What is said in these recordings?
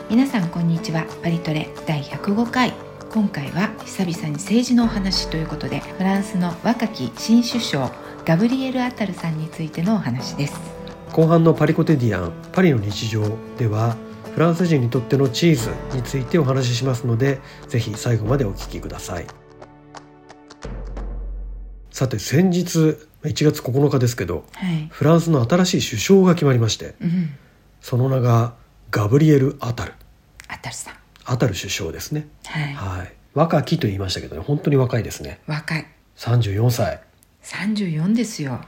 皆さんこんにちは。パリトレ第105回。今回は久々に政治のお話ということで、フランスの若き新首相ガブリエル・アタルさんについてのお話です。 後半のパリコテディアンパリの日常では、フランス人にとってのチーズについてお話ししますので、ぜひ最後までお聞きください。さて、先日1月9日ですけど、フランスの新しい首相が決まりまして、その名がガブリエル・アタルさん、 アタル首相ですね。若きと言いましたけどね、本当に若いですね。 若い。 34歳。 34ですよ。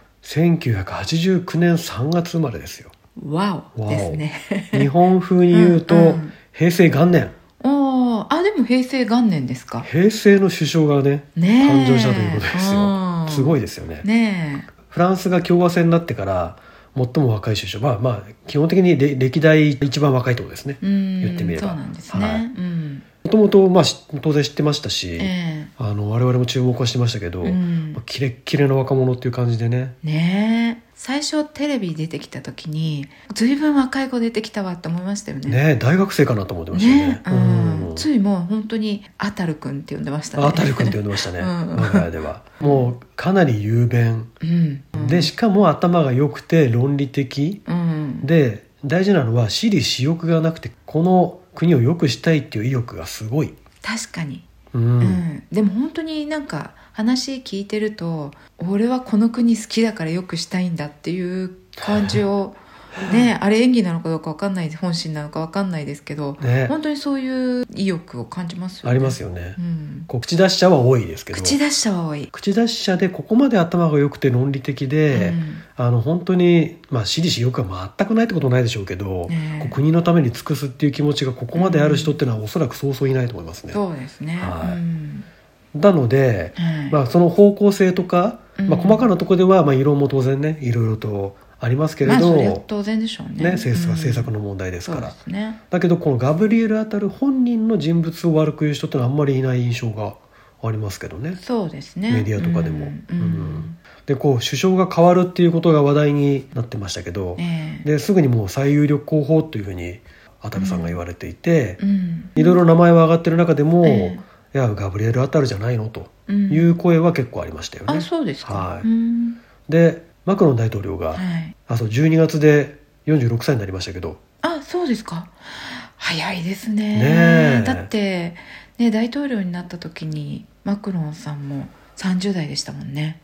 1989年3月生まれですよ。 ワオですね。 日本風に言うと平成元年。 でも平成元年ですか。 平成の首相がね誕生したということですよ。すごいですよね。フランスが共和制になってから最も若い首相、基本的に歴代一番若いところですね。言ってみれば。 そうなんですね。 もともと当然知ってましたし、我々も注目はしてましたけど、キレッキレの若者っていう感じでね。 最初テレビ出てきた時に随分若い子出てきたわって思いましたよね。 大学生かなと思ってましたよね。 ついもう本当にアタルくんって呼んでましたね。 アタルくんって呼んでましたね。我が家ではもうかなり雄弁、でしかも頭が良くて論理的、で大事なのは私利私欲がなくて、この国を良くしたいっていう意欲がすごい。 確かに。でも本当になんか話聞いてると、俺はこの国好きだから良くしたいんだっていう感じをあれ演技なのかどうか分かんない、本心なのか分かんないですけど、本当にそういう意欲を感じますよね。 ありますよね。口出し者は多いですけど、 口出し者は多い。 口出し者でここまで頭が良くて論理的で、本当に私利私欲は全くないってことはないでしょうけど、国のために尽くすっていう気持ちがここまである人っていうのはおそらくそうそういないと思いますね。 そうですね。 なので、その方向性とか、細かなところでは異論も当然ねいろいろとありますけれど、 それは当然でしょうね。 政策の問題ですから。だけどこのガブリエル・アタル本人の人物を悪く言う人ってのはあんまりいない印象がありますけどね。 そうですね。 メディアとかでも。で首相が変わるっていうことが話題になってましたけど、ですぐにもう最有力候補というふうにアタルさんが言われていて、いろいろ名前は上がってる中でも、いやガブリエル・アタルじゃないのという声は結構ありましたよね。 そうですか。 でマクロン大統領が、12月で46歳になりましたけど。 そうですか。早いですね。だって大統領になった時にマクロンさんも30代でしたもんね。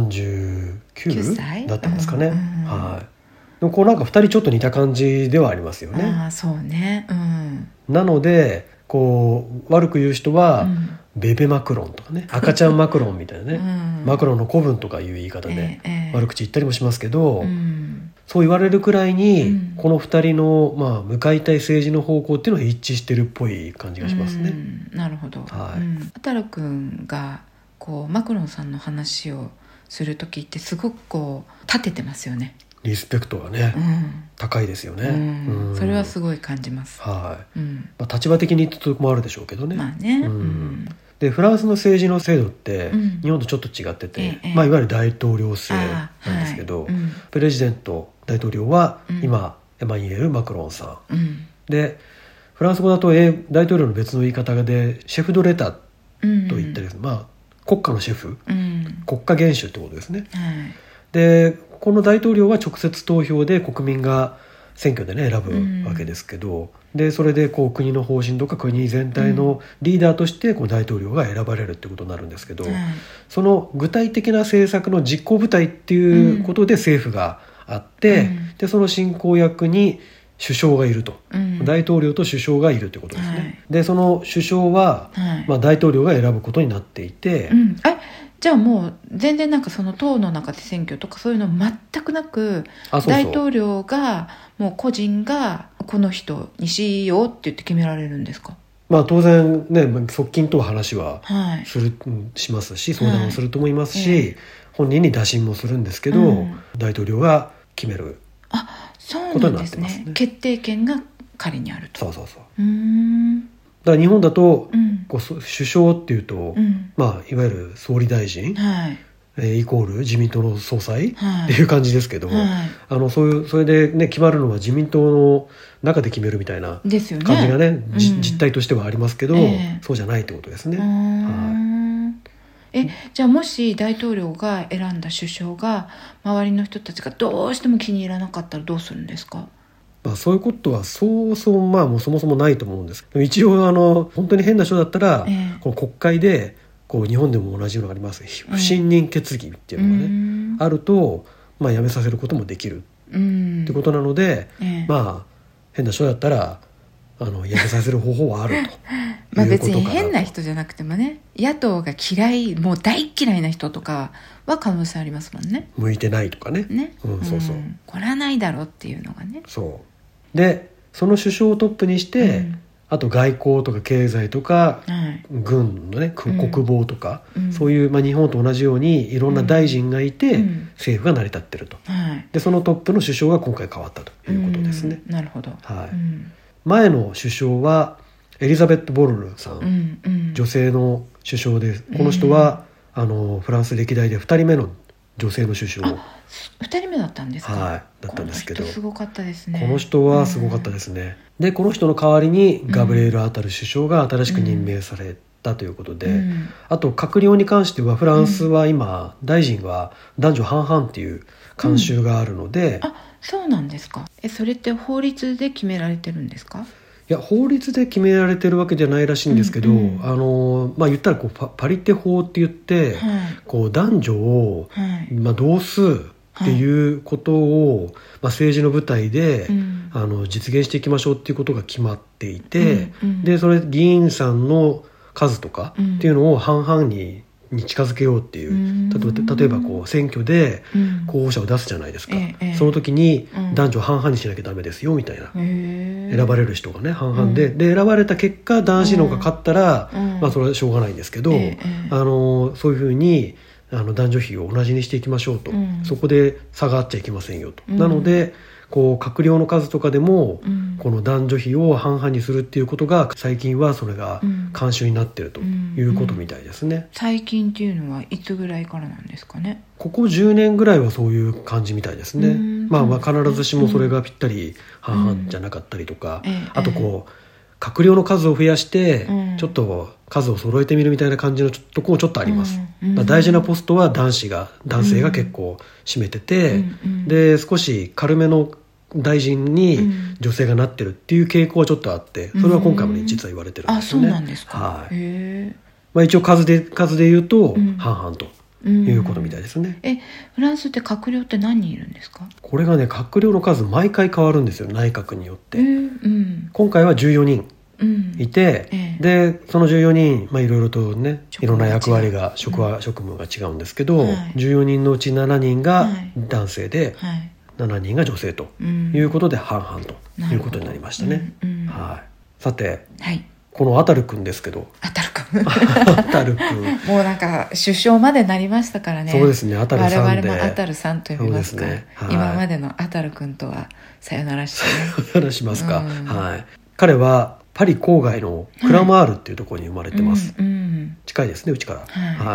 39歳だったんですかね。でもなんか2人ちょっと似た感じではありますよね。 そうね。 なので悪く言う人は、ベベマクロンとかね、赤ちゃんマクロンみたいなね、マクロンの子分とかいう言い方で悪口言ったりもしますけど、そう言われるくらいに、この2人の、向かいたい政治の方向っていうのは一致してるっぽい感じがしますね。 なるほど。アタル君がマクロンさんの話をする時ってすごく立ててますよね。 リスペクトがね、高いですよね。 それはすごい感じます。 立場的にってとこもあるでしょうけどね。でフランスの政治の制度って、日本とちょっと違ってて、いわゆる大統領制なんですけど、プレジデント大統領は今、エマニュエル・マクロンさん、でフランス語だと大統領の別の言い方でシェフ・ド・レタと言ったり、国家のシェフ、国家元首ってことですね。でこの大統領は直接投票で国民が選挙でね選ぶわけですけど、でそれで国の方針とか国全体のリーダーとして大統領が選ばれるってことになるんですけど、その具体的な政策の実行部隊っていうことで政府があって、でその進行役に首相がいると、大統領と首相がいるということですね。でその首相は、大統領が選ぶことになっていて、 じゃあもう全然なんかその党の中で選挙とかそういうの全くなく、大統領がもう個人がこの人にしようって言って決められるんですか？ 当然ね、側近とは話はしますし、相談をすると思いますし、本人に打診もするんですけど、大統領が決めることになってますね。 決定権が彼にあると。 だから日本だと、首相っていうと、いわゆる総理大臣、 イコール自民党の総裁っていう感じですけど、それで、ね、決まるのは自民党の中で決めるみたいな感じがね、実態としてはありますけど、そうじゃないってことですね。 じゃあもし大統領が選んだ首相が周りの人たちがどうしても気に入らなかったらどうするんですか？ そういうことはもうそもそもないと思うんですけど、一応本当に変な人だったら、この国会で日本でも同じのがあります、不信任決議っていうのがね、あると、辞めさせることもできるってことなので、変な人だったら辞めさせる方法はあると別に変な人じゃなくてもね、野党が嫌い、もう大嫌いな人とかは可能性ありますもんね。 向いてないとかね。そうそう。 これはないだろうっていうのがね。 そうで、その首相をトップにして、あと外交とか経済とか、軍のね、国防とか、そういう、日本と同じようにいろんな大臣がいて、政府が成り立ってると、でそのトップの首相が今回変わったということですね。 なるほど。 前の首相はエリザベット・ボルヌさん、女性の首相で、この人はフランス歴代で2人目の女性の首相。 2人目だったんですか？ だったんですけど、 この人すごかったですね。 この人はすごかったですね。でこの人の代わりにガブリエル・アタル首相が新しく任命されたということで、あと閣僚に関してはフランスは今、大臣は男女半々っていう慣習があるので、 そうなんですか。それって法律で決められてるんですか？ いや、法律で決められてるわけじゃないらしいんですけど、言ったらパリテ法って言って、男女を、同数っていうことを、政治の舞台で、実現していきましょうっていうことが決まっていて、でそれ議員さんの数とかっていうのを半々に近づけようっていう、例えば選挙で候補者を出すじゃないですか、その時に男女半々にしなきゃダメですよみたいな、選ばれる人がね半々で、選ばれた結果男子の方が勝ったら、それはしょうがないんですけど、そういうふうに男女比を同じにしていきましょうと、そこで差があっちゃいけませんよと、なので閣僚の数とかでも、この男女比を半々にするっていうことが最近はそれが慣習になってるということみたいですね。 最近っていうのはいつぐらいからなんですかね？ ここ10年ぐらいはそういう感じみたいですね。必ずしもそれがぴったり半々じゃなかったりとか、あと閣僚の数を増やして、ちょっと数を揃えてみるみたいな感じのとこもちょっとあります。大事なポストは男性が結構占めてて、で少し軽めの大臣に女性がなってるっていう傾向はちょっとあって、それは今回もね実は言われてるんですよね。 そうなんですか。 一応数で言うと半々ということみたいですね。 フランスって閣僚って何人いるんですか？ これがね、閣僚の数毎回変わるんですよ、内閣によって。今回は14人いて、でその14人、いろいろとね、いろんな役割が職務が違うんですけど、14人のうち7人が男性で、7人が女性ということで半々ということになりましたね。さて、このアタル君ですけど、アタル君もうなんか首相までなりましたからね。 そうですね、アタルさんで、 我々もアタルさんと呼びますから、今までのアタル君とはさよならしてね。 さよならしますか。彼はパリ郊外のクラマールっていうところに生まれてます。近いですね、うちから。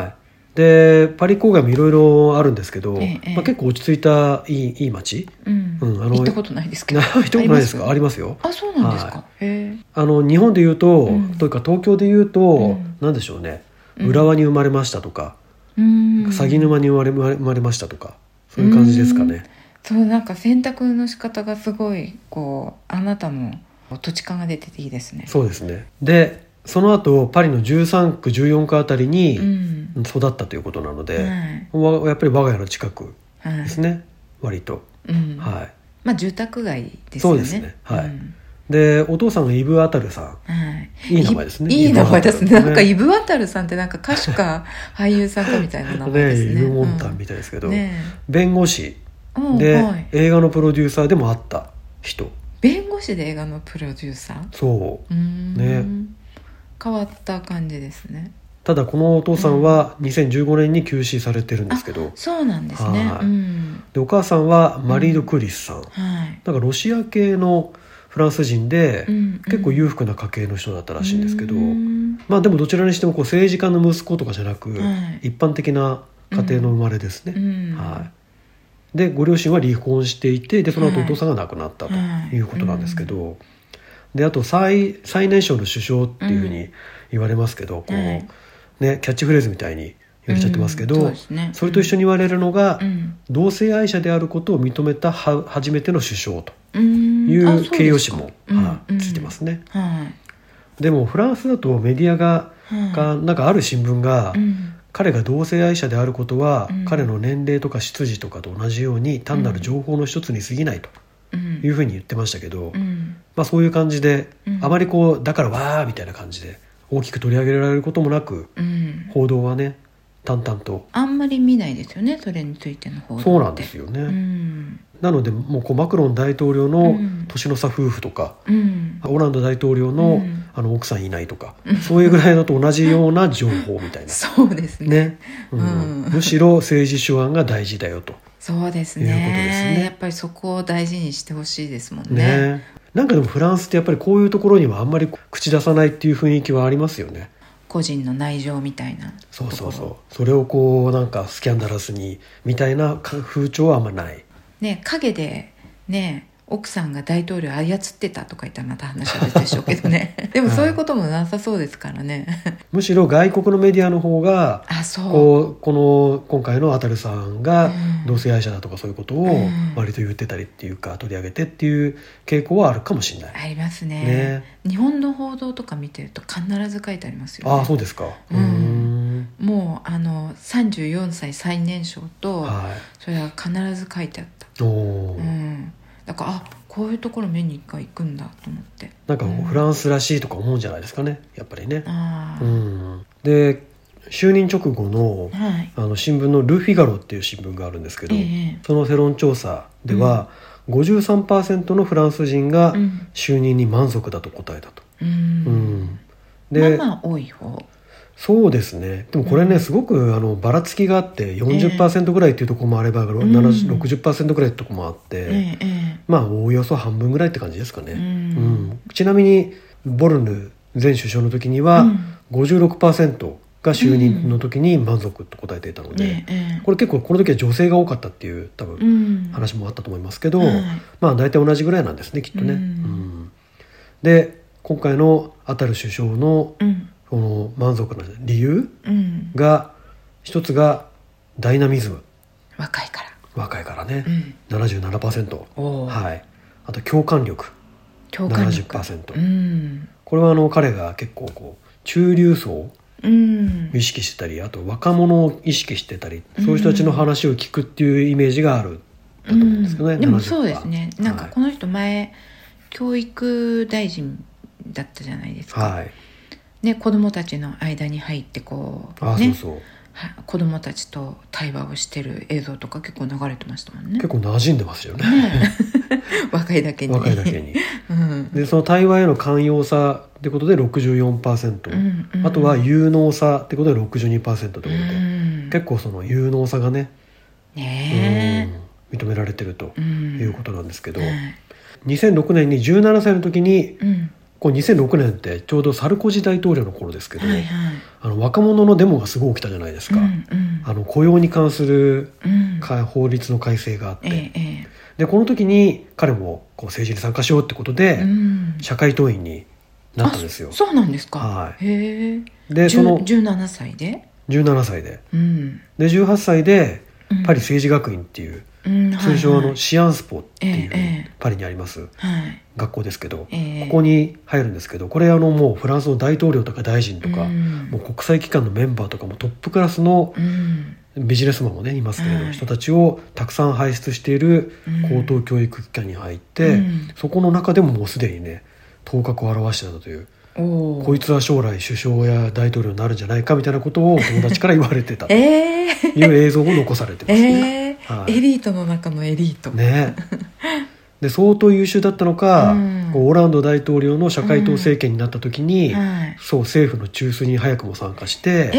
でパリ郊外もいろいろあるるんですけど、結構落ち着いたいい街。 行ったことないですけど。 行ったことないですか？ありますよ。 そうなんですか。 日本でいうと、というか東京でいうと、なんでしょうね、浦和に生まれましたとか、鷺沼に生まれましたとか、そういう感じですかね。 なんか選択の仕方がすごいあなたの土地感が出てていいですね。 そうですね。でその後パリの13区14区あたりに育ったということなので、やっぱり我が家の近くですね、割と。 住宅街ですよね。 そうですね。でお父さんのイブ・アタルさん、いい名前ですね。 いい名前ですね。なんかイブ・アタルさんってなんか歌手か俳優さんかみたいな名前ですね。 イブ・モンタンみたいですけど、弁護士で映画のプロデューサーでもあった人。 弁護士で映画のプロデューサー。 そうね。 変わった感じですね。 ただこのお父さんは2015年に急死されてるんですけど。 そうなんですね。 でお母さんはマリード・クリスさん、なんかロシア系のフランス人で、結構裕福な家系の人だったらしいんですけど、でもどちらにしても政治家の息子とかじゃなく、一般的な家庭の生まれですね、はい、でご両親は離婚していて、でその後お父さんが亡くなったということなんですけど、であと最年少の首相っていうふうに言われますけど、こうね、キャッチフレーズみたいに言われちゃってますけど、それと一緒に言われるのが、同性愛者であることを認めた初めての首相という形容詞もついてますね。でもフランスだとメディアがなんかある新聞が、彼が同性愛者であることは、彼の年齢とか出自とかと同じように単なる情報の一つに過ぎないというふうに言ってましたけど、まあ、そういう感じで、あまりこうだからわーみたいな感じで大きく取り上げられることもなく、報道はね淡々とあんまり見ないですよね、それについての報道って。 そうなんですよね、なのでもうこうマクロン大統領の年の差夫婦とか、オランド大統領の、奥さんいないとか、そういうぐらいだと同じような情報みたいなそうですね、 むしろ政治手腕が大事だよと。 そうですね、 いうことですね。 やっぱりそこを大事にしてほしいですもんね。 なんかでもフランスってやっぱりこういうところにはあんまり口出さないっていう雰囲気はありますよね。 個人の内情みたいな。 そうそれをこうなんかスキャンダラスにみたいな風潮はあんまないね。陰でね奥さんが大統領操ってたとか言ったらまた話は別でしょうけどねでもそういうこともなさそうですからねむしろ外国のメディアの方が今回のアタルさんが同性愛者だとかそういうことを割と言ってたりっていうか、取り上げてっていう傾向はあるかもしれない。 あります ね。日本の報道とか見てると必ず書いてありますよね。 あ、そうですか。 もう34歳最年少と、それは必ず書いてあった。だからこういうところ見に行くんだと思って、 なんかフランスらしいとか思うんじゃないですかね、やっぱりね。で就任直後の、新聞のル・フィガロっていう新聞があるんですけど、その世論調査では、53% のフランス人が就任に満足だと答えたと。 でまあ多い方。そうですね。 でもこれね、すごくばらつきがあって 40% ぐらいっていうところもあれば、60% ぐらいってところもあって、まあおおよそ半分ぐらいって感じですかね。ちなみにボルヌ前首相の時には 56% が就任の時に満足と答えていたので、これ結構この時は女性が多かったっていう多分話もあったと思いますけど、まあ大体同じぐらいなんですね、きっとね。で今回のアタル首相のこの満足な理由が、一つがダイナミズム、 若いからね、 77%、はい、あと共感力 70%、これは彼が結構こう中流層を意識してたり、あと若者を意識してたり、そういう人たちの話を聞くっていうイメージがあるだと思うんですけどね。 でもそうですね、なんかこの人前教育大臣だったじゃないですか、ね、子供たちの間に入ってこう、ね、子供たちと対話をしてる映像とか結構流れてましたもんね。 結構馴染んでますよね若いだけにでその対話への寛容さってことで 64%、あとは有能さってことで 62% ということで、結構その有能さがね、認められてるということなんですけど、2006年に17歳の時に、こう2006年ってちょうどサルコジ大統領の頃ですけど、若者のデモがすごい起きたじゃないですか。雇用に関する、法律の改正があって、でこの時に彼もこう政治に参加しようってことで、社会党員になったんですよ。 そうなんですか。へえ。 でその 17歳で 17歳で、で18歳でパリ政治学院っていう、通称シアンスポっていう、パリにあります、学校ですけど、ここに入るんですけど、これもうフランスの大統領とか大臣とか、もう国際機関のメンバーとかもトップクラスのビジネスマンもねいますけれど、人たちをたくさん輩出している高等教育機関に入って、そこの中でももうすでにね頭角を現してたという、こいつは将来首相や大統領になるんじゃないかみたいなことを友達から言われてたという映像も残されてますね。 エリートの中のエリートね。で相当優秀だったのか、オランド大統領の社会党政権になった時に、そう政府の中枢に早くも参加して、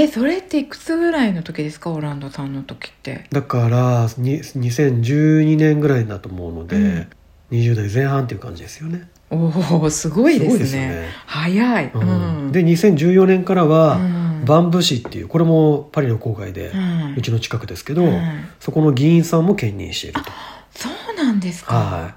それっていくつぐらいの時ですか、オランドさんの時って。 だから2012年ぐらいだと思うので、20代前半っていう感じですよね。 おお、すごいですね。早い。 で2014年からは、 バンブ市っていう、これもパリの郊外で、うちの近くですけど、そこの議員さんも兼任していると。 そうなんですか。 はい、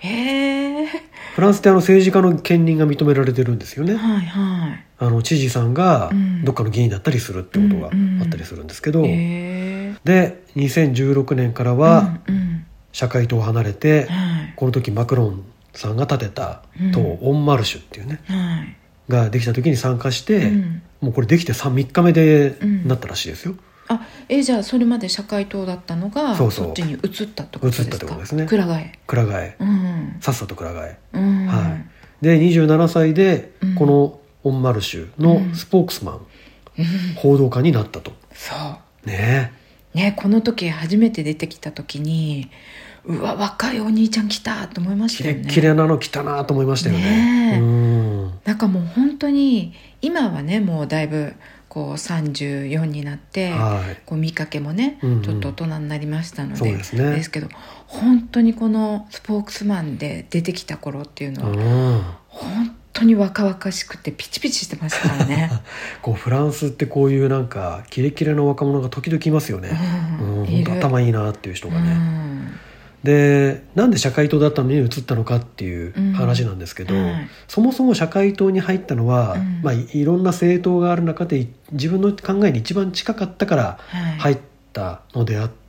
へえ。 フランスって政治家の兼任が認められてるんですよね。 はいはい、 知事さんがどっかの議員だったりするってことがあったりするんですけど、で2016年からは社会党を離れて、この時マクロンさんが立てた党、オンマルシュっていうね、ができた時に参加して、もうこれできて3日目でなったらしいですよ。 じゃあそれまで社会党だったのがそっちに移ったってことですか。 移ったってことですね。 くら替え、 さっさとくら替え、はい、で27歳でこのオンマルシュのスポークスマン、報道官になったと。 そうねこの時初めて出てきた時に、うわ若いお兄ちゃん来たと思いましたよね。 キレなの来たなと思いましたよね。 なんかもう本当に今はね、もうだいぶこう34になって、こう見かけもね、ちょっと大人になりましたので、ですけど本当にこのスポークスマンで出てきた頃っていうのは、本当に若々しくてピチピチしてましたからね。 こうフランスってこういうなんかキレキレの若者が時々いますよね。本当頭いいなっていう人がね。でなんで社会党だったのに移ったのかっていう話なんですけど、そもそも社会党に入ったのは、いろんな政党がある中で自分の考えに一番近かったから入ったのであって、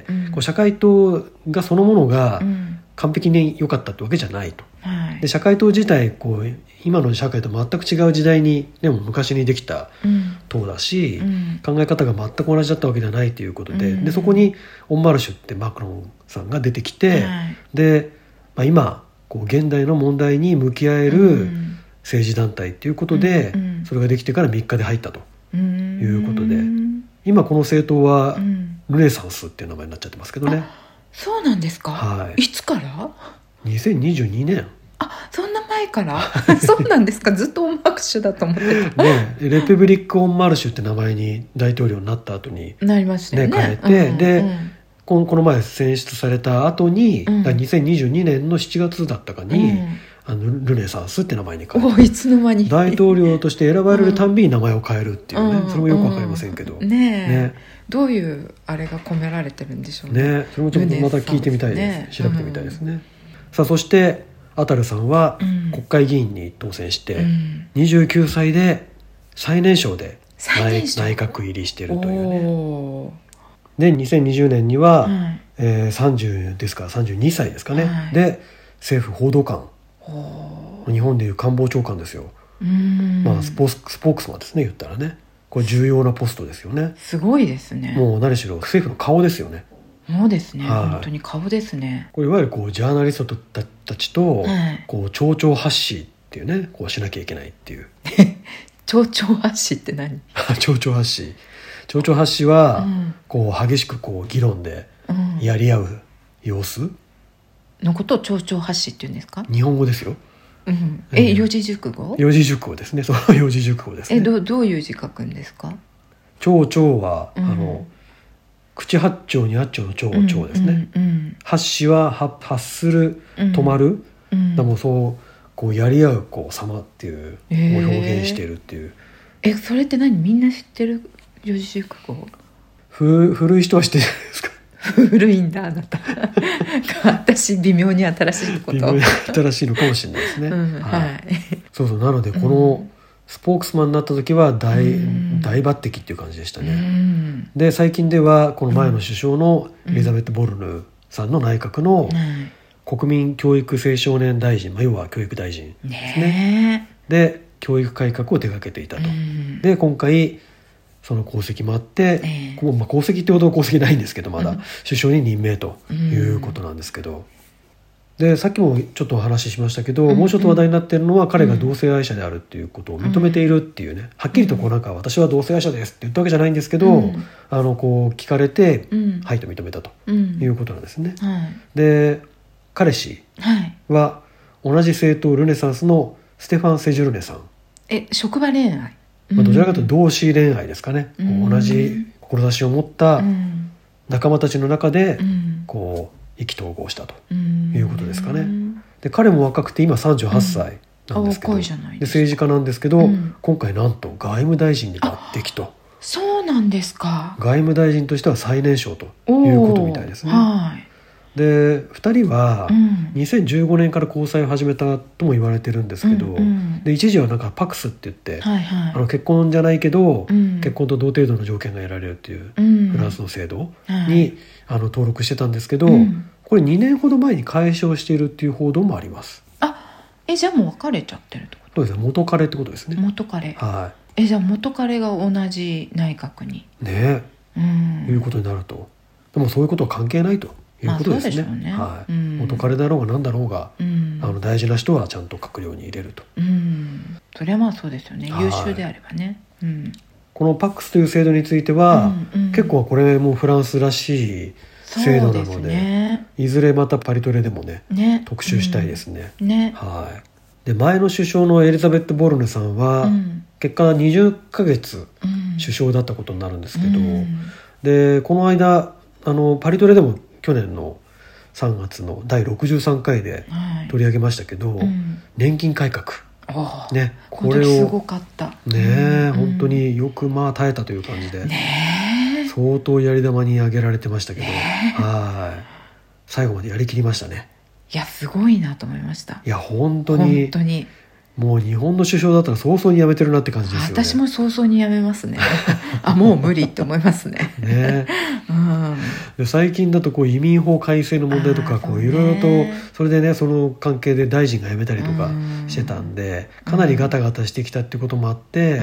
こう社会党がそのものが完璧に良かったってわけじゃないと。で社会党自体こう今の社会と全く違う時代にでも昔にできた党だし、考え方が全く同じだったわけではないということで、でそこにオンマルシュってマクロンさんが出てきて、で、今こう現代の問題に向き合える政治団体ということで、それができてから3日で入ったということで、今この政党はルネサンスっていう名前になっちゃってますけどね。 そうなんですか。いつから？ 2022年。 そんな前からそうなんですか。ずっとオンマルシュだと思ってた。 レプブリック・オンマルシュって名前に大統領になった後になりましたよね。 変えて、でこの前選出された後に、2022年の7月だったかに、ルネサンスって名前に変えて、 いつの間に大統領として選ばれるたんびに名前を変えるっていうね、それもよくわかりませんけど、 どういうあれが込められてるんでしょうね。 それもちょっとまた聞いてみたいです。調べてみたいですね。さあそしてアタルさんは国会議員に当選して、29歳で最年少で内閣入りしているというね。で2020年には、30ですから32歳ですかね、で政府報道官、日本でいう官房長官ですよ。スポークスマンですね、言ったらね。これ重要なポストですよね。 すごいですね。 もう何しろ政府の顔ですよね。 そうですね、本当に顔ですね。 これいわゆるこうジャーナリストたちと、こう丁々発止っていうね、こうしなきゃいけないっていう丁々発止って何？ 丁々発止は、こう激しくこう議論でやり合う様子のことを丁々発止って言うんですか？ 日本語ですよ。 四字熟語？ 四字熟語ですね。そう四字熟語ですね。 どういう字書くんですか？ 丁々は、口八丁に八丁の丁ですね。発止は発する、止まる、でもそうこうやり合うこう様っていうを表現しているっていう。 それって何？みんな知ってる四字熟語？ 古い人は知ってるじゃないですか。 古いんだあなた。私微妙に新しいこと。 微妙に新しいのかもしれないですね。そうなのでこのスポークスマンになった時は大抜擢っていう感じでしたね。で最近ではこの前の首相のエリザベット・ボルヌさんの内閣の国民教育青少年大臣、要は教育大臣ですね。で教育改革を手掛けていたと。で今回その功績もあって、功績ってほど功績ないんですけど、まだ首相に任命ということなんですけど、でさっきもちょっとお話ししましたけど、もうちょっと話題になっているのは彼が同性愛者であるっていうことを認めているっていうね、はっきりとこうなんか私は同性愛者ですって言ったわけじゃないんですけど、こう聞かれて、はいと認めたということなんですね。で彼氏は同じ政党ルネサンスのステファン・セジュルネさん。 職場恋愛？ どちらかというと同志恋愛ですかね。同じ志を持った仲間たちの中でこう意気投合したということですかね。で彼も若くて今38歳なんですけど、 若いじゃないでですか。 政治家なんですけど、今回なんと外務大臣に抜擢と。 そうなんですか。 外務大臣としては最年少ということみたいですね。 はい。 で2人は2015年から交際を始めたとも言われてるんですけど、で一時はなんかパクスって言って、結婚じゃないけど、結婚と同程度の条件が得られるっていうフランスの制度に、登録してたんですけど、これ2年ほど前に解消しているっていう報道もあります。 じゃあもう別れちゃってるってこと？ そうですね、元彼ってことですね。 元彼。 はい。 じゃあ元彼が同じ内閣にねいうことになると、でもそういうことは関係ないということですね。 そうでしょうね。 はい。元彼だろうが何だろうが、大事な人はちゃんと閣僚に入れると。 それはまあそうですよね。優秀であればね。 このパックスという制度については、結構これもフランスらしい制度なので、いずれまたパリトレでもね特集したいですね。はい。で前の首相のエリザベット・ボルヌさんは、結果20ヶ月首相だったことになるんですけど、でこの間パリトレでも去年の3月の第63回で取り上げましたけど、年金改革ね、これをすごかったね、本当によく耐えたという感じで、相当やり玉に挙げられてましたけど、最後までやりきりましたね。 いやすごいなと思いました。 いや本当にもう日本の首相だったら早々に辞めてるなって感じですよね。 私も早々に辞めますね。もう無理って思いますね。 で最近だと移民法改正の問題とかいろいろとそれでね、その関係で大臣が辞めたりとかしてたんで、かなりガタガタしてきたってこともあって、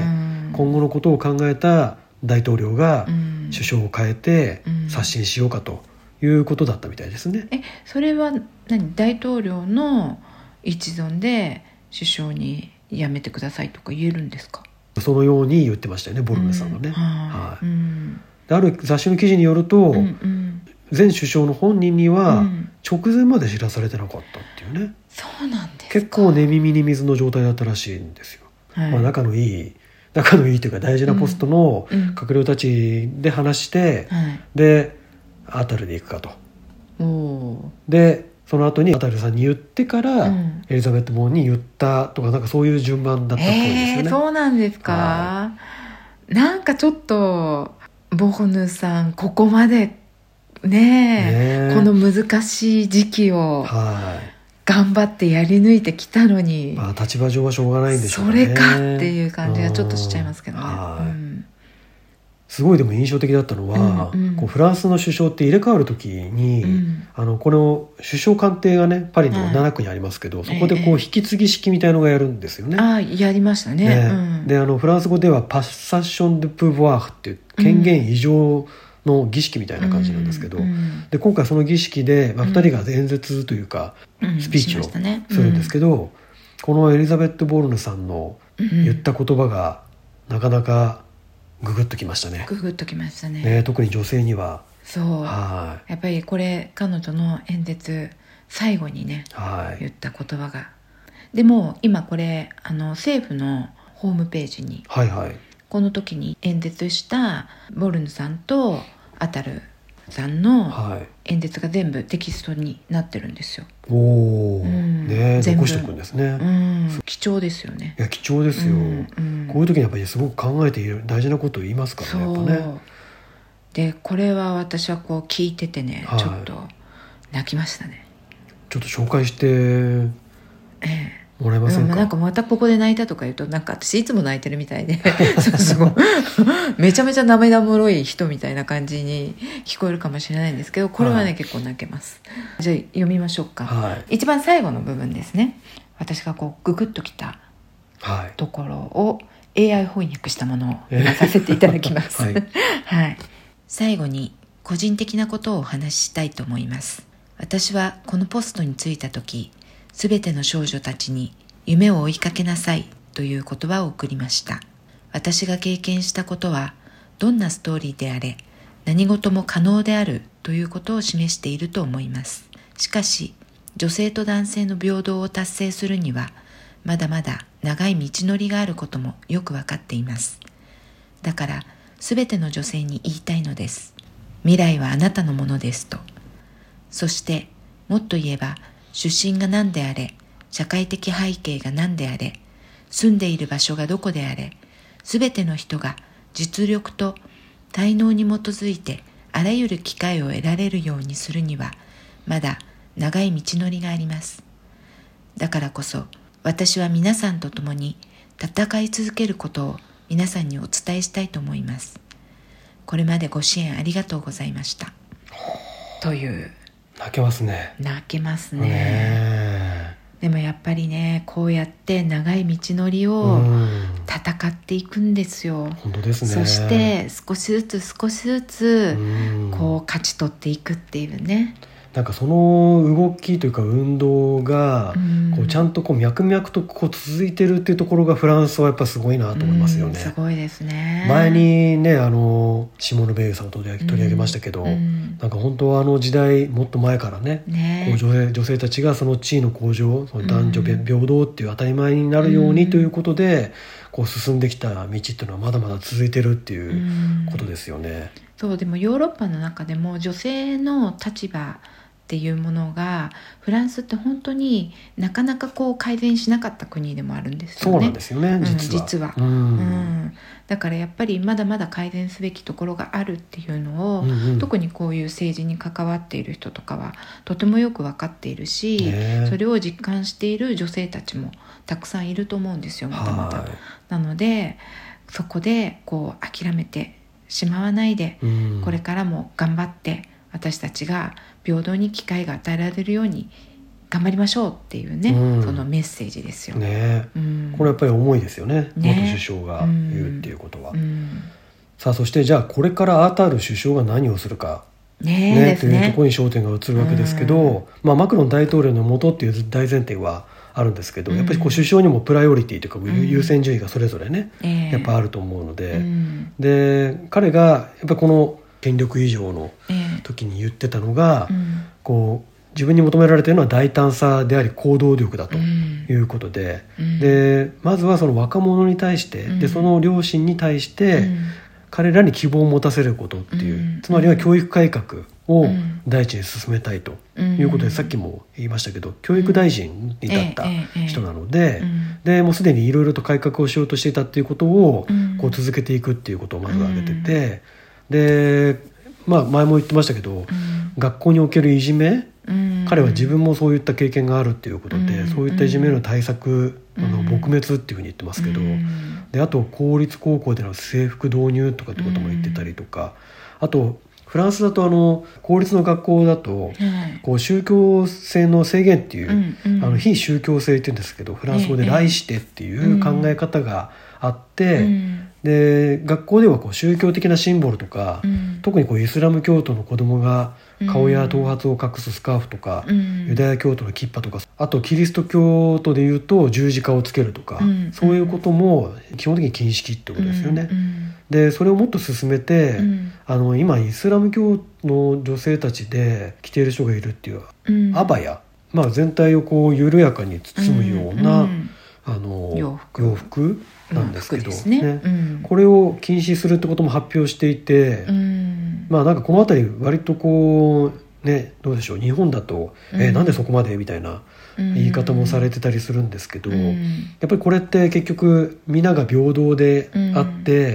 今後のことを考えた大統領が首相を変えて刷新しようかということだったみたいですね。 それは大統領の一存で首相に辞めてくださいとか言えるんですか？ そのように言ってましたよね、ボルヌさんがね。である雑誌の記事によると、前首相の本人には直前まで知らされてなかったっていうね。 そうなんですか。 結構寝耳に水の状態だったらしいんですよ。仲のいいというか大事なポストの閣僚たちで話して、でアタルで行くかと。でその後にアタルさんに言ってから、エリザベット・ボーンに言ったとか、なんかそういう順番だったっぽいですよね。 そうなんですか。なんかちょっとボーヌさんここまでねこの難しい時期を頑張ってやり抜いてきたのに、 立場上はしょうがないんでしょうね。 それかっていう感じがちょっとしちゃいますけどね。 すごいでも印象的だったのは、フランスの首相って入れ替わる時に、この首相官邸がねパリの7区にありますけど、そこで引き継ぎ式みたいのがやるんですよね。 やりましたね。 でフランス語ではパッサッション・デ・プヴォワールっていう権限移譲の儀式みたいな感じなんですけど、で今回その儀式で、2人が演説というか、スピーチをするんですけど、このエリザベット・ボルヌさんの言った言葉がなかなかググッときましたね。 ググッときましたね。 特に女性には。 やっぱりこれ彼女の演説最後にね、言った言葉が。でも今これ政府のホームページに、この時に演説したボルヌさんとアタルさんの演説が全部テキストになってるんですよ。残しておくんですね。貴重ですよね。 いや貴重ですよ。こういう時にやっぱりすごく考えている大事なことを言いますからね。やっぱね。 でこれは私は聞いててね、ちょっと泣きましたね。 ちょっと紹介してもらえませんか？ なんかまたここで泣いたとか言うと、なんか私いつも泣いてるみたいですごいめちゃめちゃ涙もろい人みたいな感じに聞こえるかもしれないんですけど、これはね、結構泣けます。じゃあ読みましょうか。一番最後の部分ですね。私がググッときたところを AI 翻訳したものを読まさせていただきます、最後に個人的なことをお話ししたいと思います。私はこのポストに就いた時、すべての少女たちに夢を追いかけなさいという言葉を送りました。私が経験したことはどんなストーリーであれ何事も可能であるということを示していると思います。しかし女性と男性の平等を達成するにはまだまだ長い道のりがあることもよくわかっています。だからすべての女性に言いたいのです。未来はあなたのものですと。そしてもっと言えば出身が何であれ社会的背景が何であれ、住んでいる場所がどこであれ、すべての人が実力と才能に基づいてあらゆる機会を得られるようにするには、まだ長い道のりがあります。だからこそ、私は皆さんと共に戦い続けることを皆さんにお伝えしたいと思います。これまでご支援ありがとうございました。という。 泣けますね。 泣けますね。でもやっぱりね、こうやって長い道のりを戦っていくんですよ。 本当ですね。 そして少しずつこう勝ち取っていくっていうね。 なんかその動きというか運動がこうちゃんとこう脈々とこう続いてるっていうところがフランスはやっぱすごいなと思いますよね。 すごいですね。 前にねシモーヌ・ベイルさんを取り上げましたけど、なんか本当は時代もっと前からね、こう女性たちがその地位の向上、その男女平等っていう当たり前になるようにということでこう進んできた道っていうのはまだまだ続いてるっていうことですよね。 そう、でもヨーロッパの中でも女性の立場っていうものがフランスって本当になかなかこう改善しなかった国でもあるんですよね。 そうなんですよね、実は、 だからやっぱりまだまだ改善すべきところがあるっていうのを、特にこういう政治に関わっている人とかはとてもよく分かっているし、それを実感している女性たちもたくさんいると思うんですよ、まだまだ。なのでそこでこう諦めてしまわないで、これからも頑張って私たちが平等に機会が与えられるように頑張りましょうっていうね、そのメッセージですよね。 これやっぱり重いですよね、元首相が言うっていうことは。さあ、そしてじゃあこれからアタール首相が何をするかというところに焦点が移るわけですけど、マクロン大統領の下っていう大前提はあるんですけど、やっぱりこう首相にもプライオリティというか優先順位がそれぞれね、やっぱあると思うので、で彼がやっぱこの権力移譲の時に言ってたのが、こう自分に求められているのは大胆さであり行動力だということで、でまずはその若者に対して、でその両親に対して、彼らに希望を持たせることっていう、つまりは教育改革を第一に進めたいということで、さっきも言いましたけど教育大臣に立った人なので、でもうすでにいろいろと改革をしようとしていたっていうことをこう続けていくっていうことをまず挙げてて、で前も言ってましたけど、学校におけるいじめ、彼は自分もそういった経験があるっていうことで、そういったいじめの対策、撲滅っていうふうに言ってますけど、であと公立高校での制服導入とかってことも言ってたりとか、あとフランスだと公立の学校だとこう宗教性の制限っていう、非宗教性っていうんですけど、フランス語でライシテっていう考え方があって、で学校ではこう宗教的なシンボルとか、特にこうイスラム教徒の子供が顔や頭髪を隠すスカーフとか、ユダヤ教徒のキッパとか、あとキリスト教徒でいうと十字架をつけるとか、そういうことも基本的に禁止ってことですよね。でそれをもっと進めて、今イスラム教の女性たちで着ている人がいるっていう、アバヤ、全体をこう緩やかに包むような、洋服なんですけど、これを禁止するってことも発表していて、なんかこの辺り割とこうね、どうでしょう、日本だと、なんでそこまでみたいな言い方もされてたりするんですけど、やっぱりこれって結局皆が平等であって、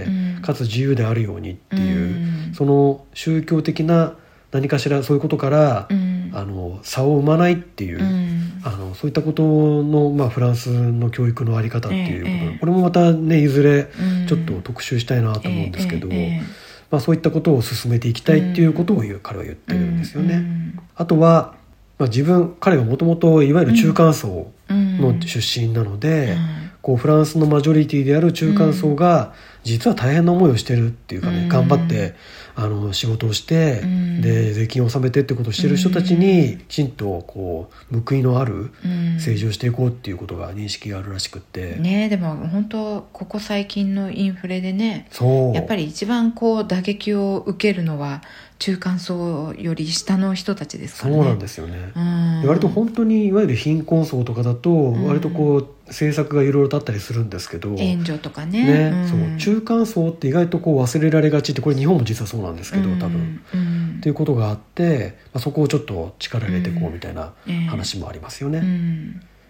かつ自由であるようにっていう、その宗教的な何かしらそういうことから、差を生まないっていう、そういったことの、フランスの教育の在り方っていうこと、これもまたねいずれちょっと特集したいなと思うんですけど、そういったことを進めていきたいっていうことを彼は言ってるんですよね。あとは、彼がもともといわゆる中間層の出身なので、こうフランスのマジョリティである中間層が実は大変な思いをしてるっていうかね、頑張って仕事をして、で税金を納めてってことをしてる人たちにきちんとこう報いのある政治をしていこうっていうことが認識があるらしくて、 でも本当ここ最近のインフレでね、やっぱり一番こう打撃を受けるのは中間層より下の人たちですからね。 そうなんですよね。割と本当にいわゆる貧困層とかだと割とこう政策がいろいろ立ったりするんですけど、 援助とかね、 そう中間層って意外とこう忘れられがちって、これ日本も実はそうなんですけど、多分っていうことがあって、そこをちょっと力入れていこうみたいな話もありますよね。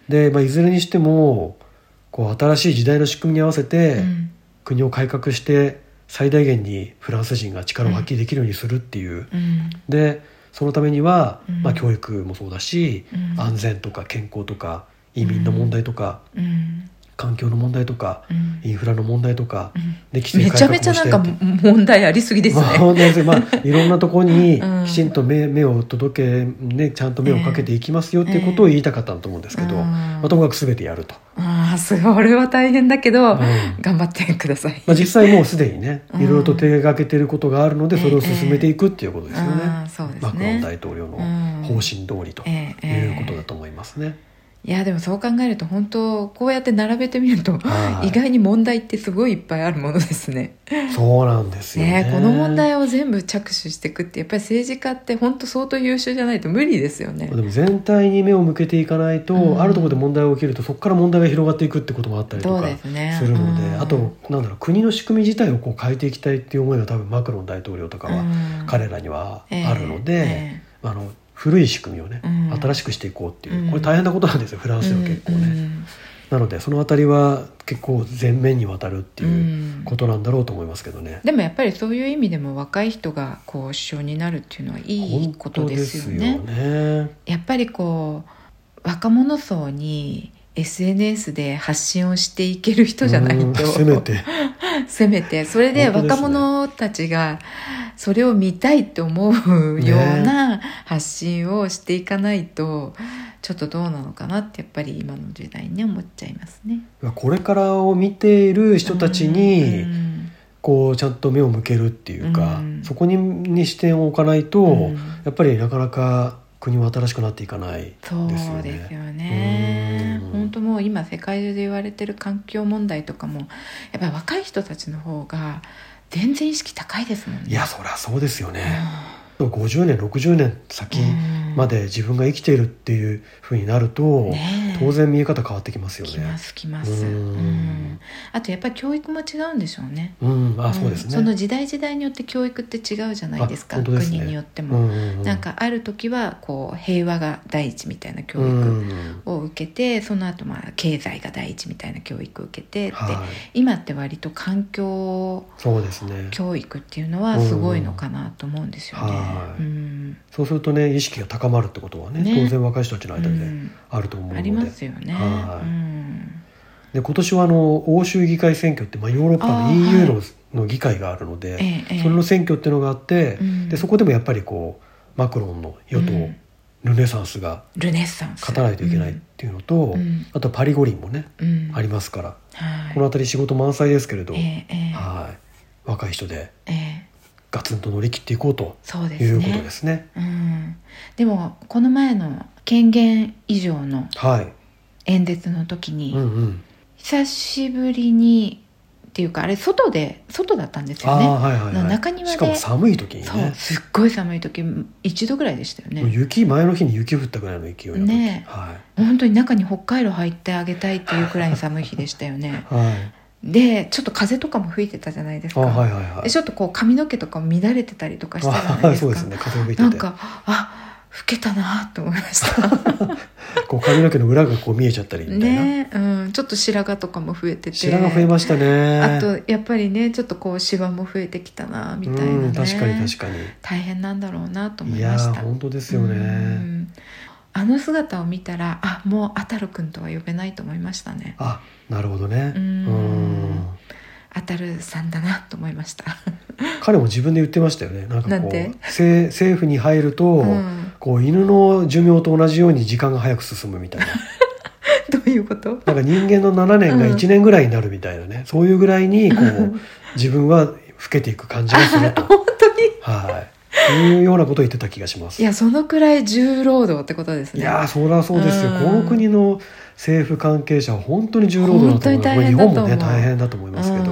で、いずれにしてもこう新しい時代の仕組みに合わせて、国を改革して最大限にフランス人が力を発揮できるようにするっていう、でそのためには、教育もそうだし、安全とか健康とか移民の問題とか、環境の問題とか、インフラの問題とか、で規制改革もしてめちゃめちゃなんか問題ありすぎですね。 いろんなところにきちんと目を届け、ちゃんと目をかけていきますよっていうことを言いたかったと思うんですけど、ともかく全てやると。 それは大変だけど、頑張ってください。 実際もうすでにね、いろいろと手がけてることがあるので、それを進めていくっていうことですよね。マクロン大統領の方針通りということだと思いますね。 いやでもそう考えると本当こうやって並べてみると、意外に問題ってすごいいっぱいあるものですね。 そうなんですよね。 この問題を全部着手していくってやっぱり政治家って本当相当優秀じゃないと無理ですよね。 でも全体に目を向けていかないと、あるところで問題が起きるとそこから問題が広がっていくってこともあったりとかするので、あと国の仕組み自体をこう変えていきたいっていう思いが多分マクロン大統領とかは彼らにはあるので、古い仕組みをね、新しくしていこうっていう、これ大変なことなんですよ、フランスでは結構ね。なのでそのあたりは結構全面にわたるっていうことなんだろうと思いますけどね。 でもやっぱりそういう意味でも若い人がこう首相になるっていうのはいいことですよね。 本当ですよね。 やっぱりこう若者層に SNS で発信をしていける人じゃないと、せめてそれで若者たちがそれを見たいって思うような発信をしていかないとちょっとどうなのかなってやっぱり今の時代に思っちゃいますね。 これからを見ている人たちにこうちゃんと目を向けるっていうか、そこに視点を置かないと、やっぱりなかなか国は新しくなっていかないですよね。 そうですよね。本当もう今世界中で言われてる環境問題とかもやっぱり若い人たちの方が全然意識高いですもんね。 いやそりゃそうですよね。50年60年先まで自分が生きているっていう風になると、当然見え方変わってきますよね。 きます。あとやっぱり教育も違うんでしょうね。 そうですね。 その時代時代によって教育って違うじゃないですか。国によっても、なんかある時はこう平和が第一みたいな教育を受けて、その後経済が第一みたいな教育を受けて、今って割と環境教育っていうのはすごいのかなと思うんですよね。 そうするとね、意識が高まるってことはね、当然若い人たちの間であると思うので、 ありますよね。 で今年は欧州議会選挙って、ヨーロッパの EU の議会があるので、それの選挙っていうのがあって、でそこでもやっぱりこうマクロンの与党、ルネサンスが勝たないといけないっていうのと、あとパリ五輪もね、ありますから、この辺り仕事満載ですけれど、若い人でガツンと乗り切っていこうということですね。 でもこの前の権限以上の演説の時に、久しぶりにっていうかあれ外だったんですよね。中庭でしかも寒い時にね、 すっごい寒い時1度ぐらいでしたよね。 前の日に雪降ったぐらいの勢いの時ね、 本当に中に北海道入ってあげたいっていうくらい寒い日でしたよね。でちょっと風とかも吹いてたじゃないですか。でちょっとこう髪の毛とかも乱れてたりとかしたじゃないですか。 そうですね、風吹いててなんか老けたなと思いましたこう髪の毛の裏がこう見えちゃったりみたいな、ちょっと白髪とかも増えてて、 白髪増えましたね。 あとやっぱりねちょっとこうシワも増えてきたなみたいなね。 確かに大変なんだろうなと思いました。 いや本当ですよね。 あの姿を見たらもうアタル君とは呼べないと思いましたね。 なるほどね。 アタルさんだなと思いました彼も自分で言ってましたよね。なんかこう政府に入ると、こう犬の寿命と同じように時間が早く進むみたいなどういうこと？ なんか人間の7年が1年ぐらいになるみたいなね、そういうぐらいにこう自分は老けていく感じがすると本当にいうようなことを言ってた気がします。 いやそのくらい重労働ってことですね。 いやそりゃそうですよ。この国の政府関係者は本当に重労働だと思う。日本もね大変だと思いますけど、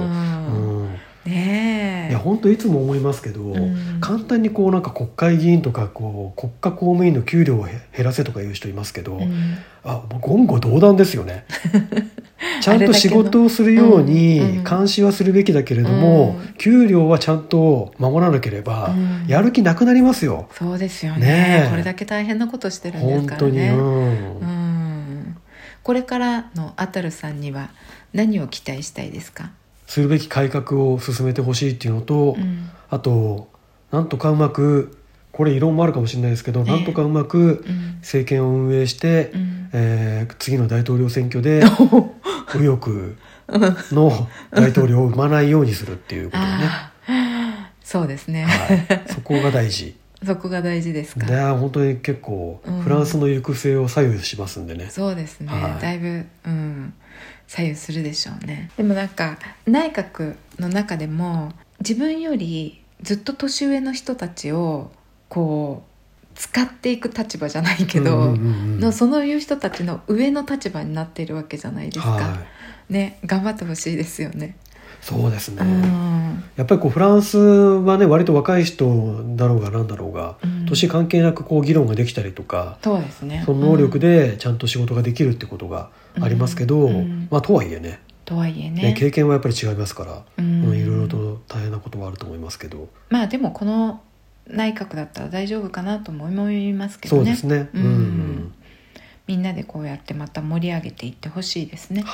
いや本当いつも思いますけど、簡単にこうなんか国会議員とかこう国家公務員の給料を減らせとか言う人いますけど、言語道断ですよねちゃんと仕事をするように監視はするべきだけれども、給料はちゃんと守らなければやる気なくなりますよ。 そうですよね。これだけ大変なことしてるんですからね。 本当に、 これからのアタルさんには何を期待したいですか？ するべき改革を進めてほしいっていうのと、あとなんとかうまく、これ異論もあるかもしれないですけど、なんとかうまく政権を運営して、次の大統領選挙で右翼の大統領を生まないようにするっていうことね。 そうですね、 そこが大事。 そこが大事ですか。 いや本当に結構フランスの行く末を左右しますんでね。 そうですね、だいぶ、左右するでしょうね。でもなんか内閣の中でも自分よりずっと年上の人たちをこう使っていく立場じゃないけど、そういう人たちの上の立場になっているわけじゃないですか、ね、頑張ってほしいですよね。 そうですね、やっぱりフランスはね、割と若い人だろうがなんだろうが、年関係なく議論ができたりとか、 そうですね、 その能力でちゃんと仕事ができるってことがありますけど、とはいえね、経験はやっぱり違いますから、いろいろと大変なことはあると思いますけど、 でもこの内閣だったら大丈夫かなとも思いますけどね。 そうですね、 みんなでこうやってまた盛り上げていってほしいですね。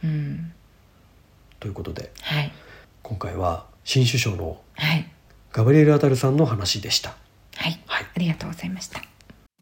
ということで、今回は新首相のガブリエル・アタルさんの話でした。 ありがとうございました。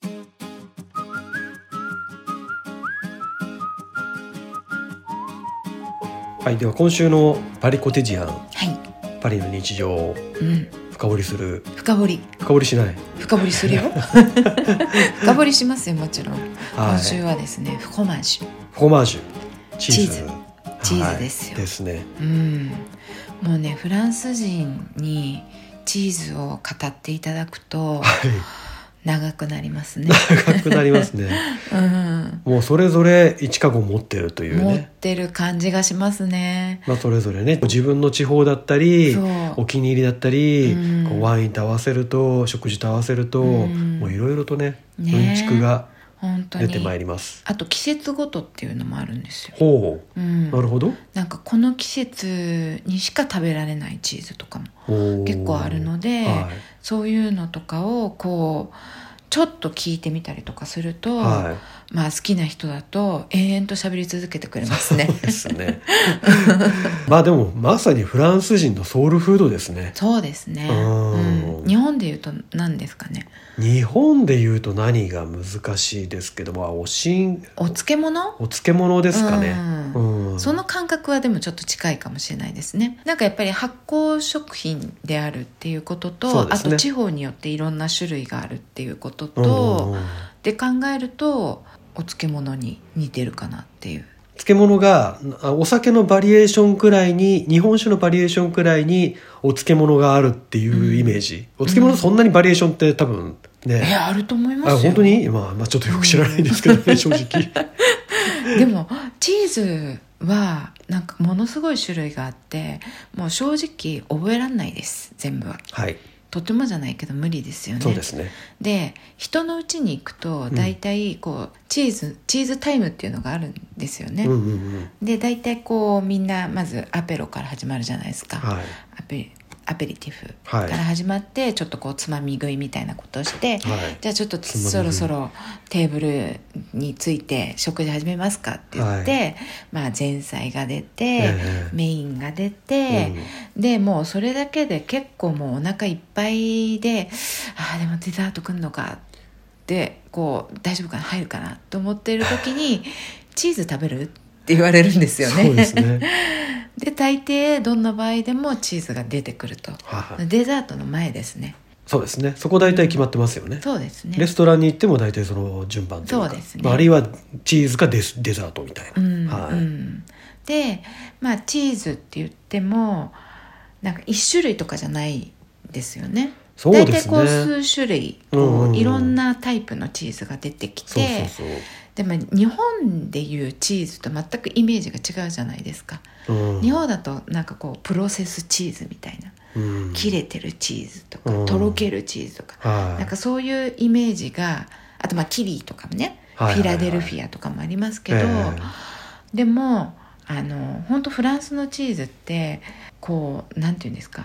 では今週のパリコテジアン、パリの日常を深掘りする。深掘りしない。 深掘りするよ。深掘りしますよ、もちろん。今週はですね、フロマージュ、チーズですよ。ですね。もうね、フランス人にチーズを語っていただくと長くなりますね。 長くなりますね。もうそれぞれ1カゴ持ってるというね。 持ってる感じがしますね。 それぞれね、自分の地方だったり、お気に入りだったり、ワインと合わせると、食事と合わせると、もういろいろとね、うんちくが出てまいります。 あと季節ごとっていうのもあるんですよ。 なるほど。 なんかこの季節にしか食べられないチーズとかも結構あるので、そういうのとかをちょっと聞いてみたりとかすると、好きな人だと延々と喋り続けてくれますね。 そうですね。でもまさにフランス人のソウルフードですね。 そうですね。日本でいうと何ですかね。 日本でいうと何が難しいですけど、お漬物？ お漬物ですかね。 その感覚はでもちょっと近いかもしれないですね。なんかやっぱり発酵食品であるっていうことと、あと地方によっていろんな種類があるっていうことと、で考えるとお漬物に似てるかなっていう。 漬物がお酒のバリエーションくらいに、日本酒のバリエーションくらいにお漬物があるっていうイメージ。お漬物そんなにバリエーションって多分ね、 あると思いますよ。 本当にちょっとよく知らないんですけどね、正直。 でもチーズはなんかものすごい種類があって、もう正直覚えらんないです、全部は。とてもじゃないけど無理ですよね。 そうですね。 で、人の家に行くと大体チーズタイムっていうのがあるんですよね。で、大体みんなまずアペロから始まるじゃないですか。アペリティフから始まって、ちょっとつまみ食いみたいなことをして、じゃあちょっとそろそろテーブルについて食事始めますかって言って、前菜が出て、メインが出て、でもうそれだけで結構もうお腹いっぱいで、でもデザート来んのかって大丈夫かな、入るかなと思っている時にチーズ食べるって言われるんですよね。 そうですね。 で、大抵どんな場合でもチーズが出てくると。デザートの前ですね。 そうですね。そこ大体決まってますよね。 そうですね。 レストランに行っても大体その順番というか、 そうですね。 あるいはチーズかデザートみたいな。 で、チーズって言ってもなんか一種類とかじゃないですよね。 そうですね。 大体数種類いろんなタイプのチーズが出てきて、でも日本でいうチーズと全くイメージが違うじゃないですか。日本だとなんかプロセスチーズみたいな、切れてるチーズとか、とろけるチーズとか、なんかそういうイメージが、あとキリーとかもね、フィラデルフィアとかもありますけど、でも本当フランスのチーズってなんていうんですか、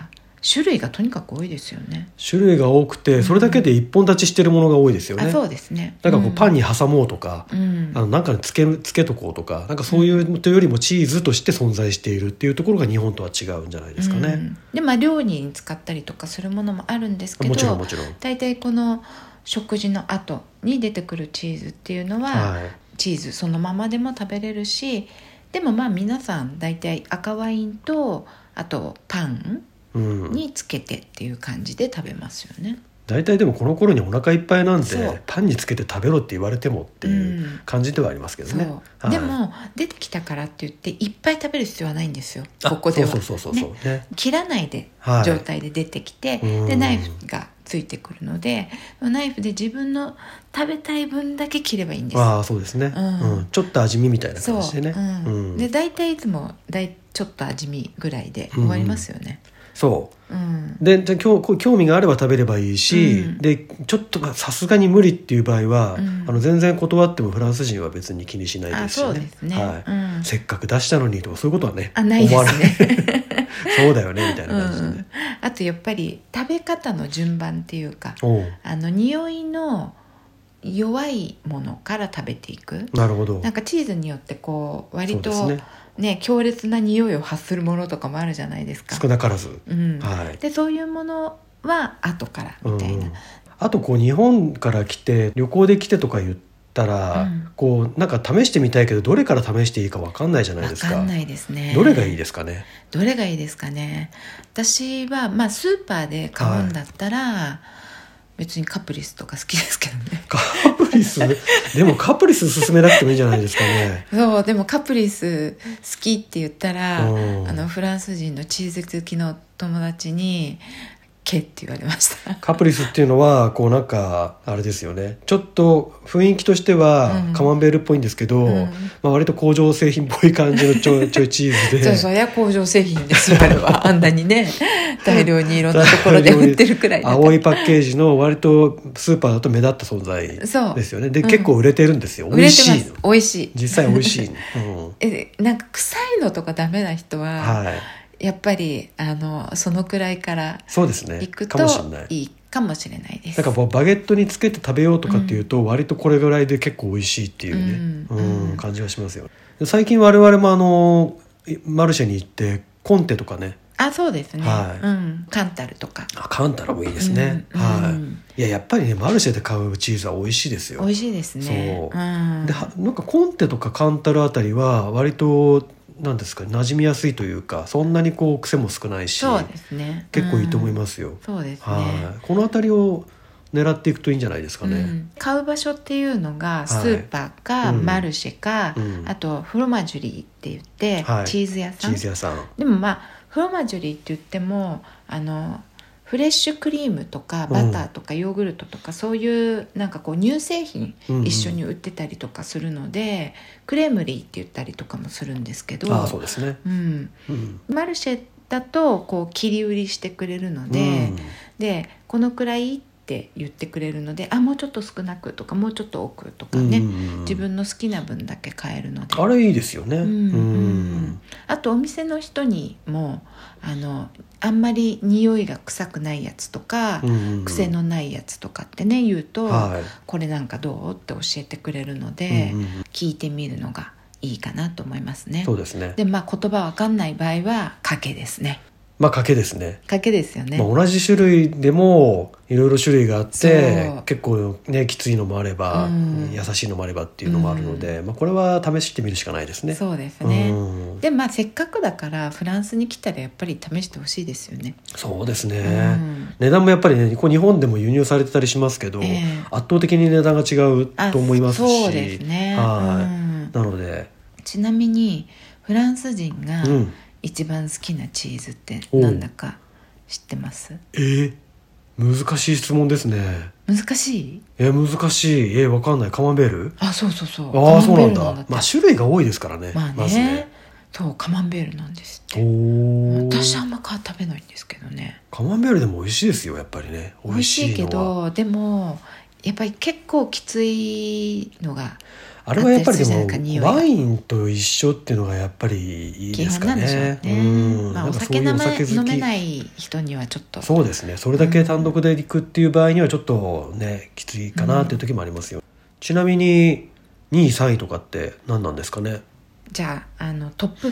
種類がとにかく多いですよね。 種類が多くてそれだけで一本立ちしてるものが多いですよね。 そうですね。 なんかこうパンに挟もうとか、なんかつけとこうとか、なんかそういうというよりもチーズとして存在しているっていうところが日本とは違うんじゃないですかね。 で料理に使ったりとかするものもあるんですけど、 もちろん大体この食事の後に出てくるチーズっていうのは、チーズそのままでも食べれるし、でも皆さん大体赤ワインとあとパンにつけてっていう感じで食べますよね。 大体でもこの頃にお腹いっぱいなんでパンにつけて食べろって言われてもっていう感じではありますけどね。 でも出てきたからって言っていっぱい食べる必要はないんですよ。ここでは切らないで状態で出てきて、でナイフがついてくるので、ナイフで自分の食べたい分だけ切ればいいんです。 そうですね、ちょっと味見みたいな感じでね。 で大体いつもちょっと味見ぐらいで終わりますよね。 で興味があれば食べればいいし、でちょっとさすがに無理っていう場合は、全然断ってもフランス人は別に気にしないですしね。せっかく出したのにとかそういうことはねないですね。 そうだよねみたいな感じで、 あとやっぱり食べ方の順番っていうか、匂いの弱いものから食べていく。 なるほど。 なんかチーズによって割と強烈な匂いを発するものとかもあるじゃないですか。 少なからず、 でそういうものは後からみたいな。 あと日本から来て旅行で来てとか言ったら、なんか試してみたいけどどれから試していいか分かんないじゃないですか。 分かんないですね。 どれがいいですかね。 私はスーパーで買うんだったら、別にカプリスとか好きですけどね。 カプリスでもカプリス勧めなくてもいいんじゃないですかね。 でもカプリス好きって言ったら、フランス人のチーズ好きの友達にけって言われました。 カプリスっていうのはなんかあれですよね、ちょっと雰囲気としてはカマンベールっぽいんですけど、割と工場製品っぽい感じのちょいチーズでそりゃ工場製品ですよあれは。あんなにね大量にいろんなところで売ってるくらいだから。 青いパッケージの割とスーパーだと目立った存在ですよね。で、結構売れてるんですよ。美味しいの。 美味しい。 実際美味しいの。 なんか臭いのとかダメな人は、やっぱりそのくらいから行くといいかもしれないです。 なんかバゲットにつけて食べようとかっていうと、割とこれぐらいで結構美味しいっていうね、感じがしますよ。最近我々もマルシェに行ってコンテとかね。 そうですね、カンタルとか。 カンタルもいいですね。いや、やっぱりねマルシェで買うチーズは美味しいですよ。 美味しいですね。 でなんかコンテとかカンタルあたりは割となんですか、馴染みやすいというか、そんなに癖も少ないし、 そうですね、 結構いいと思いますよ。 そうですね。 この辺りを狙っていくといいんじゃないですかね。 買う場所っていうのがスーパーか、マルシェか、あとフロマジュリーって言って、チーズ屋さん。でもフロマジュリーって言ってもフレッシュクリームとかバターとかヨーグルトとか、そういうなんか乳製品一緒に売ってたりとかするので、クレームリーって言ったりとかもするんですけど、 そうですね。 マルシェだと切り売りしてくれるので、でこのくらいって言ってくれるので、もうちょっと少なくとかもうちょっと多くとかね、自分の好きな分だけ買えるので、 あれいいですよね。 あとお店の人にもあんまり匂いが臭くないやつとか、癖のないやつとかってね言うと、これなんかどうって教えてくれるので、聞いてみるのがいいかなと思いますね。 そうですね。 で言葉わかんない場合は賭けですね。 賭けですね。 賭けですよね。 同じ種類でもいろいろ種類があって、結構ねきついのもあれば、優しいのもあればっていうのもあるので、これは試してみるしかないですね。 そうですね。でせっかくだからフランスに来たらやっぱり試してほしいですよね。 そうですね。値段もやっぱりね日本でも輸入されてたりしますけど、圧倒的に値段が違うと思いますし。 そうですね。 なので、 ちなみにフランス人が一番好きなチーズってなんだか知ってます？ 難しい質問ですね。 難しい？ 難しい。わかんない。カマンベール？ そうそうなんだ。種類が多いですからね。まずね。 そうカマンベールなんですって。私あんま食べないんですけどね。 カマンベールでも美味しいですよやっぱりね。 美味しいけど、でもやっぱり結構きついのがあれはやっぱりでもワインと一緒っていうのがやっぱりいいですかね。 基本なんでしょうね。お酒飲めない人にはちょっとそうですね、それだけ単独で行くっていう場合にはちょっとねきついかなっていう時もありますよ。ちなみに2位3位とかって何なんですかね。 じゃあトップ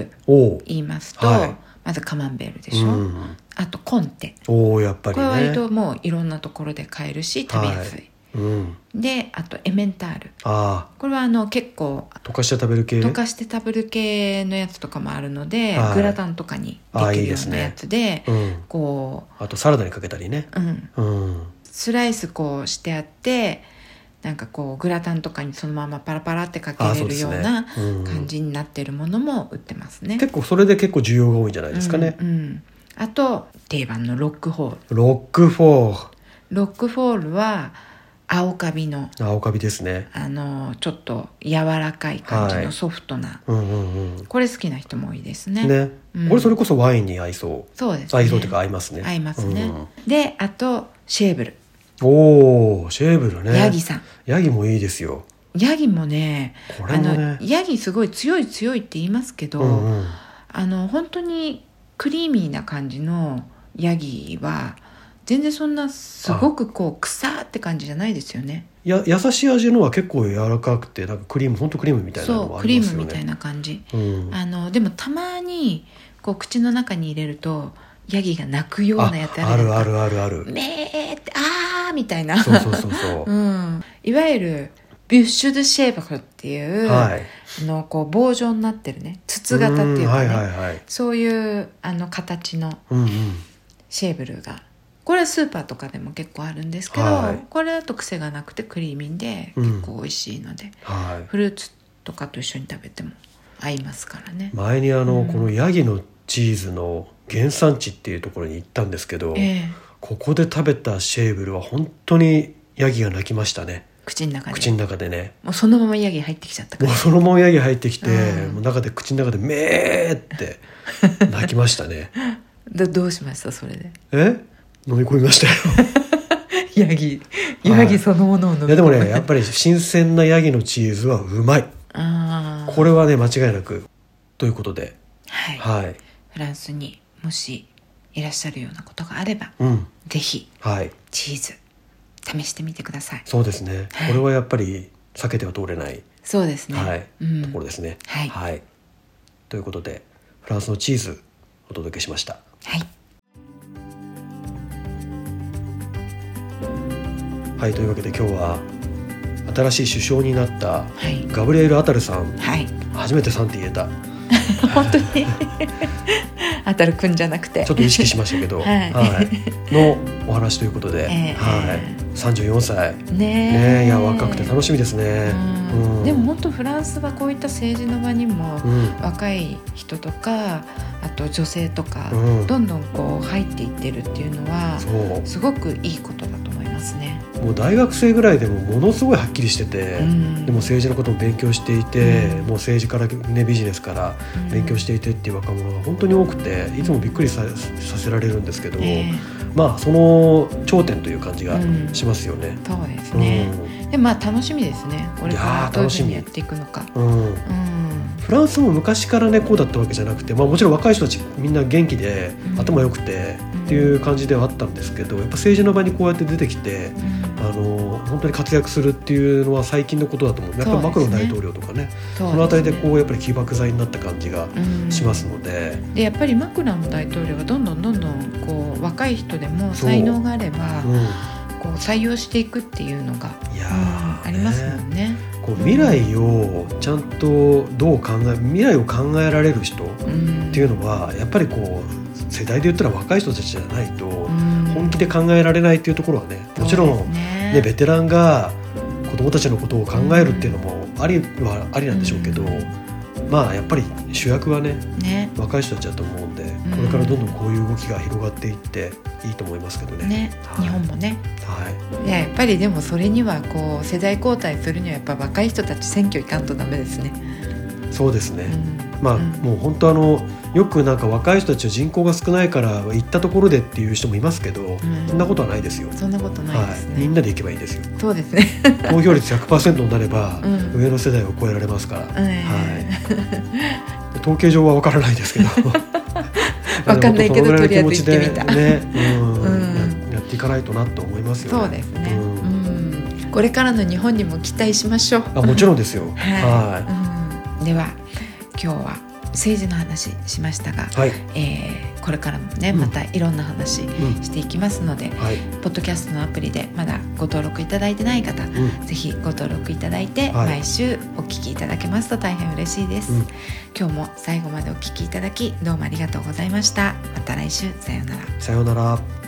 5言いますと、はい、まずカマンベールでしょ、あとコンテ。 やっぱりね、 これは割ともういろんなところで買えるし食べやすい、であとエメンタール。これは結構溶かして食べる系のやつとかもあるので、グラタンとかにできるようなやつで、こうあとサラダにかけたりね、 スライスこうしてあって、なんかこうグラタンとかにそのままパラパラってかけれるような感じになってるものも売ってますね。 結構それで結構需要が多いんじゃないですかね。 あと定番のロックフォール。 ロックフォールは青カビですね。ちょっと柔らかい感じのソフトな、これ好きな人も多いですね。 これそれこそワインに合いそう。 そうですね。 合いそうというか合いますね。 合いますね。であとシェーブル。 シェーブルね。 ヤギさん。 ヤギもいいですよ。 ヤギもね、ヤギすごい強いって言いますけど、本当にクリーミーな感じのヤギは全然そんなすごくこう臭って感じじゃないですよね。 優しい味のは結構柔らかくて、なんか本当クリームみたいなのもありますよね。そう、クリームみたいな感じ。でもたまにこう口の中に入れるとヤギが鳴くようなやつある。 めーってみたいな。 そう、 いわゆるビュッシュドシェーバーっていう、こう棒状になってるね、筒型っていうかね、そういう形のシェーブルが、これはスーパーとかでも結構あるんですけど、これだと癖がなくてクリーミーで結構美味しいので、フルーツとかと一緒に食べても合いますからね。 前にこのヤギのチーズの原産地っていうところに行ったんですけど、ここで食べたシェーブルは本当にヤギが鳴きましたね。口の中でね。 もうそのままヤギ入ってきちゃったから、 もうそのままヤギ入ってきて、もう口の中でめーって鳴きましたね。 どうしましたそれで。 飲み込みましたよ。 ヤギそのものを飲み込む。 でもね、やっぱり新鮮なヤギのチーズはうまい。これはね間違いなくということで、 フランスにもしいらっしゃるようなことがあれば、ぜひ、チーズ試してみてください。 そうですね、これはやっぱり避けては通れない、 そうですね、 ところですね。ということでフランスのチーズお届けしました。というわけで今日は新しい首相になったガブリエル・アタルさん、初めてさんって言えた。 本当にアタルくんじゃなくてちょっと意識しましたけど、のお話ということで、34歳ね、いや若くて楽しみですね。 でも本当フランスはこういった政治の場にも、若い人とかあと女性とか、どんどんこう入っていってるっていうのはすごくいいことだと思いますね。 もう大学生ぐらいでもものすごいはっきりしてて、でも政治のことも勉強していて、もう政治から、ね、ビジネスから勉強していてっていう若者が本当に多くて、いつもびっくり させられるんですけど、その頂点という感じがしますよね。 そうですね、で楽しみですね。これからどういうふうにやっていくのか。 フランスも昔からねこうだったわけじゃなくて、もちろん若い人たちみんな元気で、頭良くてっていう感じではあったんですけど、やっぱ政治の場にこうやって出てきて、本当に活躍するっていうのは最近のことだと思う。やっぱりマクロン大統領とかね、そのあたりでこうやっぱり起爆剤になった感じがしますので、 でやっぱりマクロン大統領はどんどんこう若い人でも才能があれば、こう採用していくっていうのがありますもんね。 こう未来をちゃんと未来を考えられる人っていうのは、やっぱりこう世代で言ったら若い人たちじゃないと本気で考えられないっていうところはね、もちろんね、ベテランが子どもたちのことを考えるっていうのもありなんでしょうけど、やっぱり主役はね若い人たちだと思うんで、これからどんどんこういう動きが広がっていっていいと思いますけどね。 日本もね、やっぱりでもそれにはこう世代交代するにはやっぱ若い人たち選挙行かんとダメですね。 そうですね、 もう本当よくなんか若い人たちは人口が少ないから行ったところでっていう人もいますけど、そんなことはないですよ。 そんなことないですね、 みんなで行けばいいですよ。 そうですね投票率 100% になれば、上の世代を超えられますから、統計上は分からないですけど分かんないけどとりあえず行ってみたやっていかないとなと思いますよね。 そうですね、これからの日本にも期待しましょう。 もちろんですよ。 では今日は政治の話しましたが、これからもねまたいろんな話していきますので、ポッドキャストのアプリでまだご登録いただいてない方、ぜひご登録いただいて、毎週お聞きいただけますと大変嬉しいです。今日も最後までお聞きいただきどうもありがとうございました。また来週、さようなら。 さようなら。